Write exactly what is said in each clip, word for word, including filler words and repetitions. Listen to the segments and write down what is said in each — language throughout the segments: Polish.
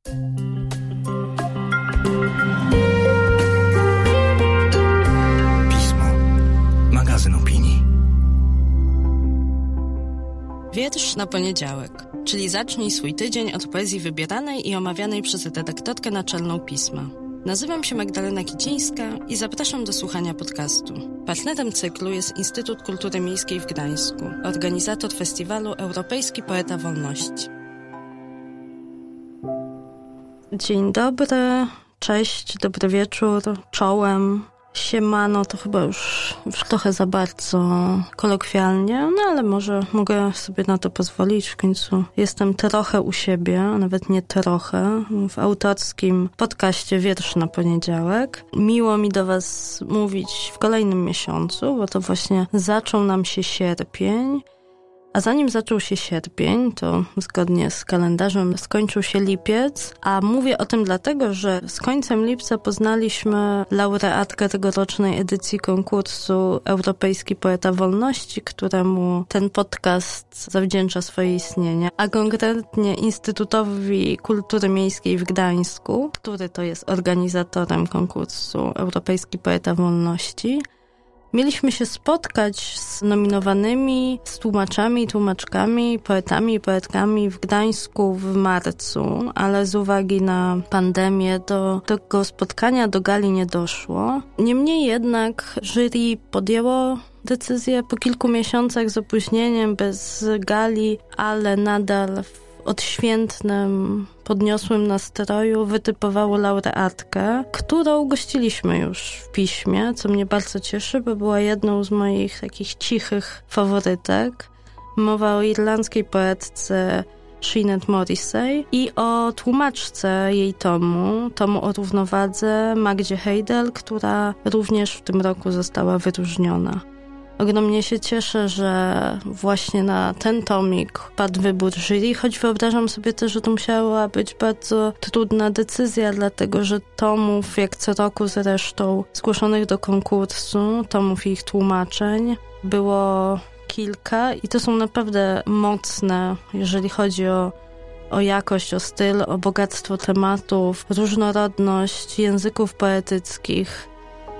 Pismo. Magazyn opinii. Wiersz na poniedziałek, czyli zacznij swój tydzień od poezji wybieranej i omawianej przez redaktorkę naczelną Pisma. Nazywam się Magdalena Kicińska i zapraszam do słuchania podcastu. Partnerem cyklu jest Instytut Kultury Miejskiej w Gdańsku, organizator festiwalu Europejski Poeta Wolności. Dzień dobry, cześć, dobry wieczór, czołem. Siemano to chyba już, już trochę za bardzo kolokwialnie, no ale może mogę sobie na to pozwolić. W końcu jestem trochę u siebie, a nawet nie trochę, w autorskim podcaście Wiersz na poniedziałek. Miło mi do was mówić w kolejnym miesiącu, bo to właśnie zaczął nam się sierpień. A zanim zaczął się sierpień, to zgodnie z kalendarzem skończył się lipiec, a mówię o tym dlatego, że z końcem lipca poznaliśmy laureatkę tegorocznej edycji konkursu Europejski Poeta Wolności, któremu ten podcast zawdzięcza swoje istnienie, a konkretnie Instytutowi Kultury Miejskiej w Gdańsku, który to jest organizatorem konkursu Europejski Poeta Wolności. Mieliśmy się spotkać z nominowanymi, z tłumaczami i tłumaczkami, poetami i poetkami w Gdańsku w marcu, ale z uwagi na pandemię do tego spotkania, do gali nie doszło. Niemniej jednak jury podjęło decyzję po kilku miesiącach z opóźnieniem, bez gali, ale nadal w odświętnym, podniosłym nastroju wytypowało laureatkę, którą gościliśmy już w piśmie, co mnie bardzo cieszy, bo była jedną z moich takich cichych faworytek. Mowa o irlandzkiej poetce Sinead Morrissey i o tłumaczce jej tomu, tomu o równowadze, Magdzie Heidel, która również w tym roku została wyróżniona. Ogromnie się cieszę, że właśnie na ten tomik padł wybór jury, choć wyobrażam sobie też, że to musiała być bardzo trudna decyzja, dlatego że tomów, jak co roku zresztą, zgłoszonych do konkursu, tomów i ich tłumaczeń, było kilka i to są naprawdę mocne, jeżeli chodzi o o jakość, o styl, o bogactwo tematów, różnorodność języków poetyckich.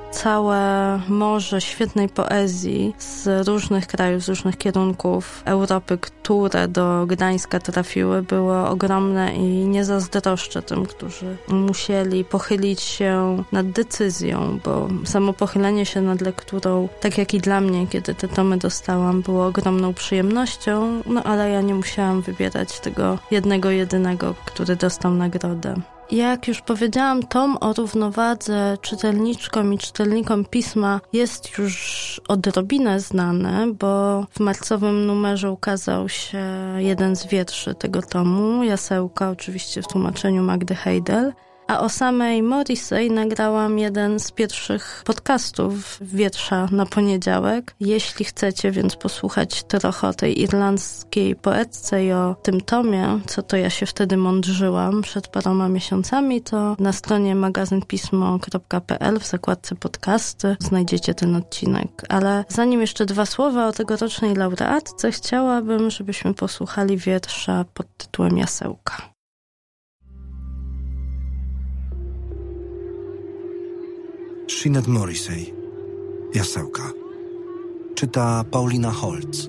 Całe morze świetnej poezji z różnych krajów, z różnych kierunków Europy, które do Gdańska trafiły, było ogromne i nie zazdroszczę tym, którzy musieli pochylić się nad decyzją, bo samo pochylenie się nad lekturą, tak jak i dla mnie, kiedy te tomy dostałam, było ogromną przyjemnością, no ale ja nie musiałam wybierać tego jednego, jedynego, który dostał nagrodę. Jak już powiedziałam, tom o równowadze czytelniczkom i czytelnikom pisma jest już odrobinę znany, bo w marcowym numerze ukazał się jeden z wierszy tego tomu, Jasełka, oczywiście w tłumaczeniu Magdy Heidel. A o samej Morrissey nagrałam jeden z pierwszych podcastów Wiersza na poniedziałek. Jeśli chcecie więc posłuchać trochę o tej irlandzkiej poetce i o tym tomie, co to ja się wtedy mądrzyłam przed paroma miesiącami, to na stronie magazynpismo kropka pe el w zakładce podcasty znajdziecie ten odcinek. Ale zanim jeszcze dwa słowa o tegorocznej laureatce, chciałabym, żebyśmy posłuchali wiersza pod tytułem Jasełka. Sinead Morrissey. Jasełka. Czyta Paulina Holz.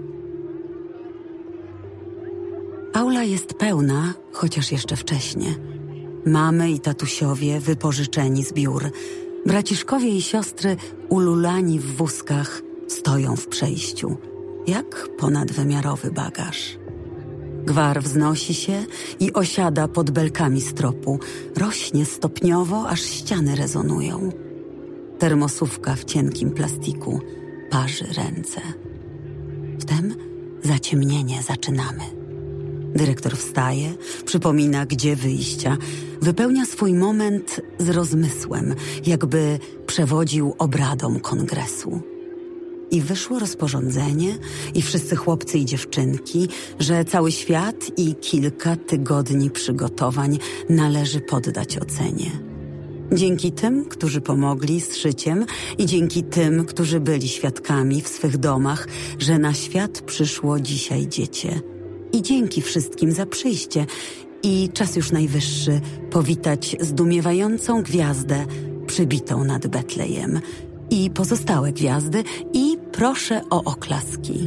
Aula jest pełna, chociaż jeszcze wcześnie. Mamy i tatusiowie wypożyczeni z biur. Braciszkowie i siostry ululani w wózkach stoją w przejściu, jak ponadwymiarowy bagaż. Gwar wznosi się i osiada pod belkami stropu. Rośnie stopniowo, aż ściany rezonują. Termosówka w cienkim plastiku parzy ręce. Wtem zaciemnienie zaczynamy. Dyrektor wstaje, przypomina, gdzie wyjścia. Wypełnia swój moment z rozmysłem, jakby przewodził obradom kongresu. I wyszło rozporządzenie, i wszyscy chłopcy i dziewczynki, że cały świat i kilka tygodni przygotowań należy poddać ocenie. Dzięki tym, którzy pomogli z szyciem i dzięki tym, którzy byli świadkami w swych domach, że na świat przyszło dzisiaj dziecię. I dzięki wszystkim za przyjście I czas już najwyższy powitać zdumiewającą gwiazdę przybitą nad Betlejem i pozostałe gwiazdy i proszę o oklaski.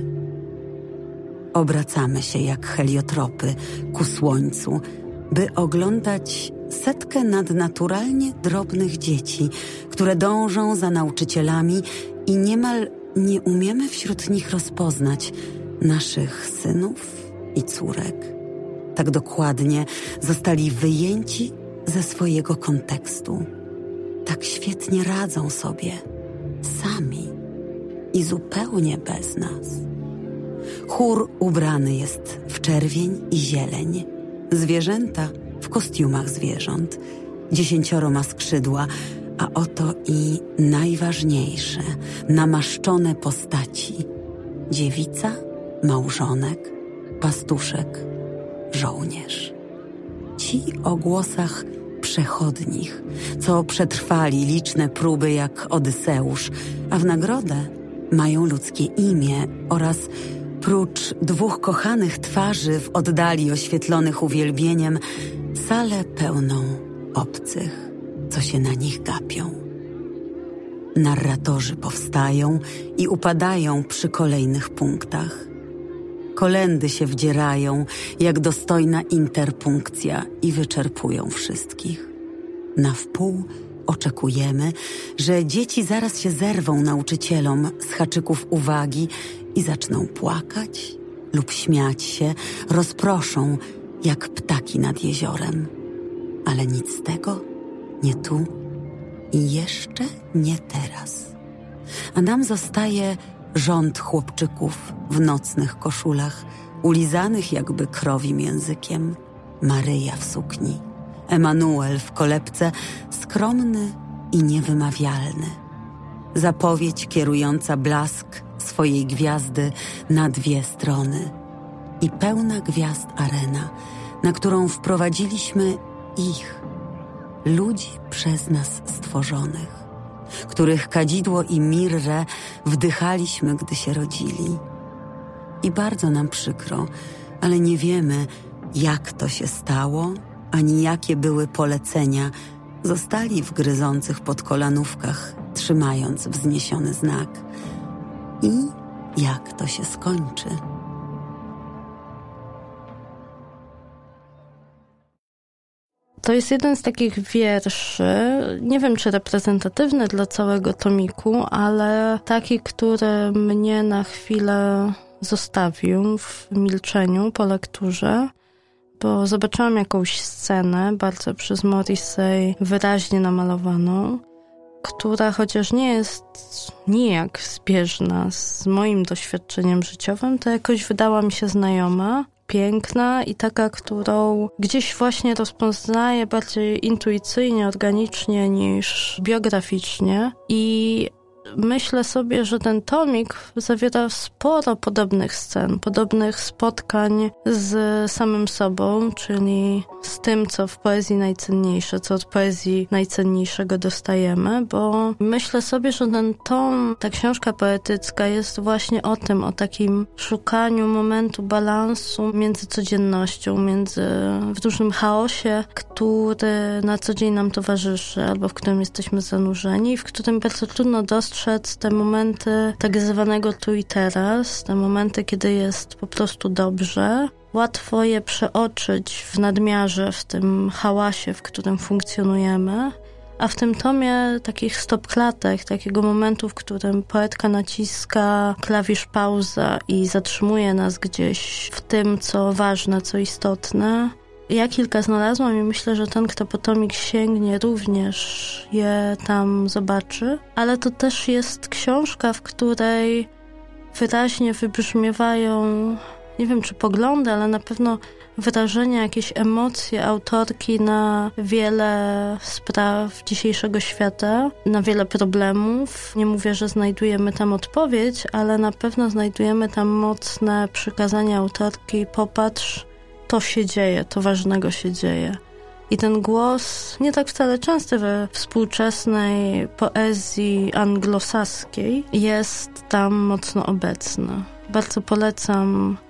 Obracamy się jak heliotropy ku słońcu, by oglądać setkę nadnaturalnie drobnych dzieci, które dążą za nauczycielami i niemal nie umiemy wśród nich rozpoznać naszych synów i córek. Tak dokładnie zostali wyjęci ze swojego kontekstu. Tak świetnie radzą sobie, sami i zupełnie bez nas. Chór ubrany jest w czerwień i zieleń. Zwierzęta w kostiumach zwierząt. Dziesięcioro ma skrzydła, a oto i najważniejsze, namaszczone postaci. Dziewica, małżonek, pastuszek, żołnierz. Ci o głosach przechodnich, co przetrwali liczne próby jak Odyseusz, a w nagrodę mają ludzkie imię oraz prócz dwóch kochanych twarzy w oddali oświetlonych uwielbieniem, salę pełną obcych, co się na nich gapią. Narratorzy powstają i upadają przy kolejnych punktach. Kolędy się wdzierają jak dostojna interpunkcja i wyczerpują wszystkich. Na wpół oczekujemy, że dzieci zaraz się zerwą nauczycielom z haczyków uwagi i zaczną płakać lub śmiać się, rozproszą jak ptaki nad jeziorem. Ale nic z tego, nie tu i jeszcze nie teraz. A nam zostaje rząd chłopczyków w nocnych koszulach, ulizanych jakby krowim językiem, Maryja w sukni, Emanuel w kolebce, skromny i niewymawialny. Zapowiedź kierująca blask swojej gwiazdy na dwie strony i pełna gwiazd arena, na którą wprowadziliśmy ich, ludzi przez nas stworzonych, których kadzidło i mirrę wdychaliśmy, gdy się rodzili. I bardzo nam przykro, ale nie wiemy, jak to się stało, ani jakie były polecenia. Zostali w gryzących pod kolanówkach, trzymając wzniesiony znak. I jak to się skończy? To jest jeden z takich wierszy, nie wiem czy reprezentatywny dla całego tomiku, ale taki, który mnie na chwilę zostawił w milczeniu po lekturze, bo zobaczyłam jakąś scenę, bardzo przez Morrissey wyraźnie namalowaną, która chociaż nie jest nijak zbieżna z moim doświadczeniem życiowym, to jakoś wydała mi się znajoma, piękna i taka, którą gdzieś właśnie rozpoznaję bardziej intuicyjnie, organicznie niż biograficznie. I myślę sobie, że ten tomik zawiera sporo podobnych scen, podobnych spotkań z samym sobą, czyli z tym, co w poezji najcenniejsze, co od poezji najcenniejszego dostajemy, bo myślę sobie, że ten tom, ta książka poetycka jest właśnie o tym, o takim szukaniu momentu balansu między codziennością, między w dużym chaosie, który na co dzień nam towarzyszy, albo w którym jesteśmy zanurzeni, w którym bardzo trudno dostrzec te momenty tak zwanego tu i teraz, te momenty, kiedy jest po prostu dobrze. Łatwo je przeoczyć w nadmiarze, w tym hałasie, w którym funkcjonujemy, a w tym tomie takich stopklatek, takiego momentu, w którym poetka naciska klawisz pauza i zatrzymuje nas gdzieś w tym, co ważne, co istotne. Ja kilka znalazłam i myślę, że ten, kto po tomik sięgnie, również je tam zobaczy. Ale to też jest książka, w której wyraźnie wybrzmiewają, nie wiem czy poglądy, ale na pewno wyrażenia, jakieś emocje autorki na wiele spraw dzisiejszego świata, na wiele problemów. Nie mówię, że znajdujemy tam odpowiedź, ale na pewno znajdujemy tam mocne przykazania autorki. Popatrz, to się dzieje, to ważnego się dzieje. I ten głos, nie tak wcale częsty we współczesnej poezji anglosaskiej, jest tam mocno obecny. Bardzo polecam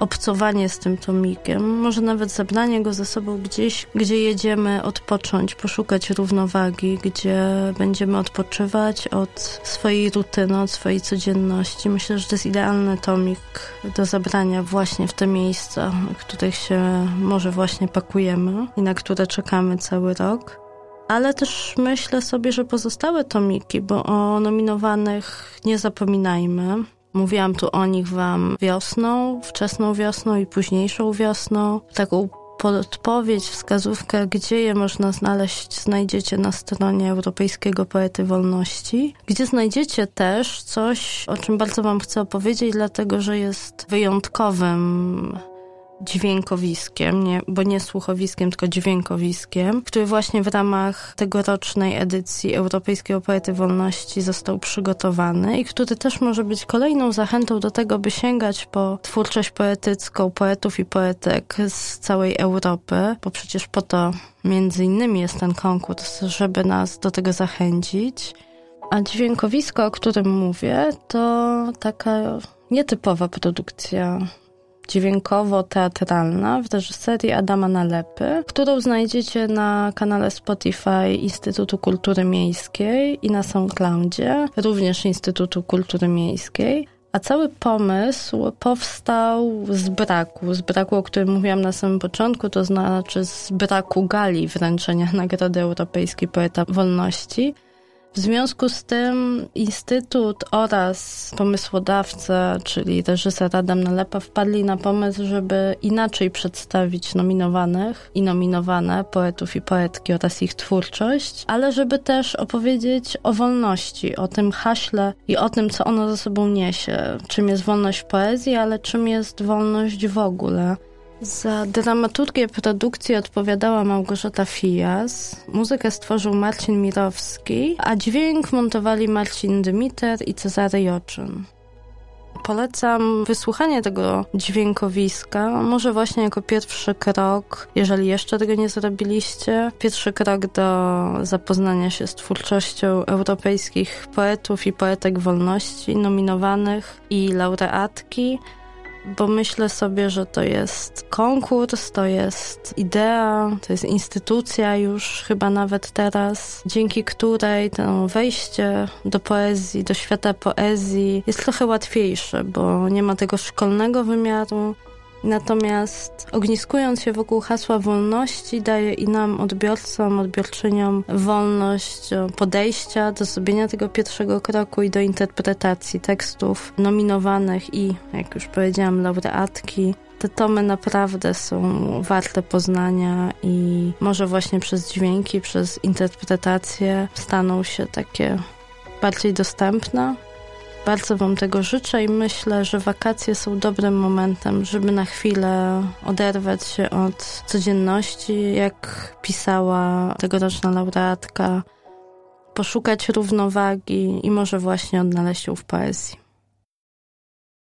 obcowanie z tym tomikiem, może nawet zabranie go ze sobą gdzieś, gdzie jedziemy odpocząć, poszukać równowagi, gdzie będziemy odpoczywać od swojej rutyny, od swojej codzienności. Myślę, że to jest idealny tomik do zabrania właśnie w te miejsca, w których się może właśnie pakujemy i na które czekamy cały rok. Ale też myślę sobie, że pozostałe tomiki, bo o nominowanych nie zapominajmy. Mówiłam tu o nich wam wiosną, wczesną wiosną i późniejszą wiosną. Taką podpowiedź, wskazówkę, gdzie je można znaleźć, znajdziecie na stronie Europejskiego Poety Wolności, gdzie znajdziecie też coś, o czym bardzo wam chcę opowiedzieć, dlatego że jest wyjątkowym dźwiękowiskiem, nie, bo nie słuchowiskiem, tylko dźwiękowiskiem, który właśnie w ramach tegorocznej edycji Europejskiego Poety Wolności został przygotowany i który też może być kolejną zachętą do tego, by sięgać po twórczość poetycką poetów i poetek z całej Europy, bo przecież po to między innymi jest ten konkurs, żeby nas do tego zachęcić. A dźwiękowisko, o którym mówię, to taka nietypowa produkcja dźwiękowo-teatralna w reżyserii Adama Nalepy, którą znajdziecie na kanale Spotify Instytutu Kultury Miejskiej i na SoundCloudzie, również Instytutu Kultury Miejskiej. A cały pomysł powstał z braku, z braku, o którym mówiłam na samym początku, to znaczy z braku gali wręczenia Nagrody Europejskiej Poeta Wolności. W związku z tym Instytut oraz pomysłodawca, czyli reżyser Adam Nalepa, wpadli na pomysł, żeby inaczej przedstawić nominowanych i nominowane poetów i poetki oraz ich twórczość, ale żeby też opowiedzieć o wolności, o tym haśle i o tym, co ono ze sobą niesie. Czym jest wolność w poezji, ale czym jest wolność w ogóle. Za dramaturgię produkcji odpowiadała Małgorzata Fijas, muzykę stworzył Marcin Mirowski, a dźwięk montowali Marcin Dymiter i Cezary Joczyn. Polecam wysłuchanie tego dźwiękowiska, może właśnie jako pierwszy krok, jeżeli jeszcze tego nie zrobiliście, pierwszy krok do zapoznania się z twórczością europejskich poetów i poetek wolności, nominowanych i laureatki, bo myślę sobie, że to jest konkurs, to jest idea, to jest instytucja już chyba nawet teraz, dzięki której to wejście do poezji, do świata poezji jest trochę łatwiejsze, bo nie ma tego szkolnego wymiaru. Natomiast ogniskując się wokół hasła wolności, daje i nam, odbiorcom, odbiorczyniom, wolność podejścia do zrobienia tego pierwszego kroku i do interpretacji tekstów nominowanych i, jak już powiedziałam, laureatki. Te tomy naprawdę są warte poznania i może właśnie przez dźwięki, przez interpretację staną się takie bardziej dostępne. Bardzo wam tego życzę i myślę, że wakacje są dobrym momentem, żeby na chwilę oderwać się od codzienności, jak pisała tegoroczna laureatka, poszukać równowagi i może właśnie odnaleźć ją w poezji.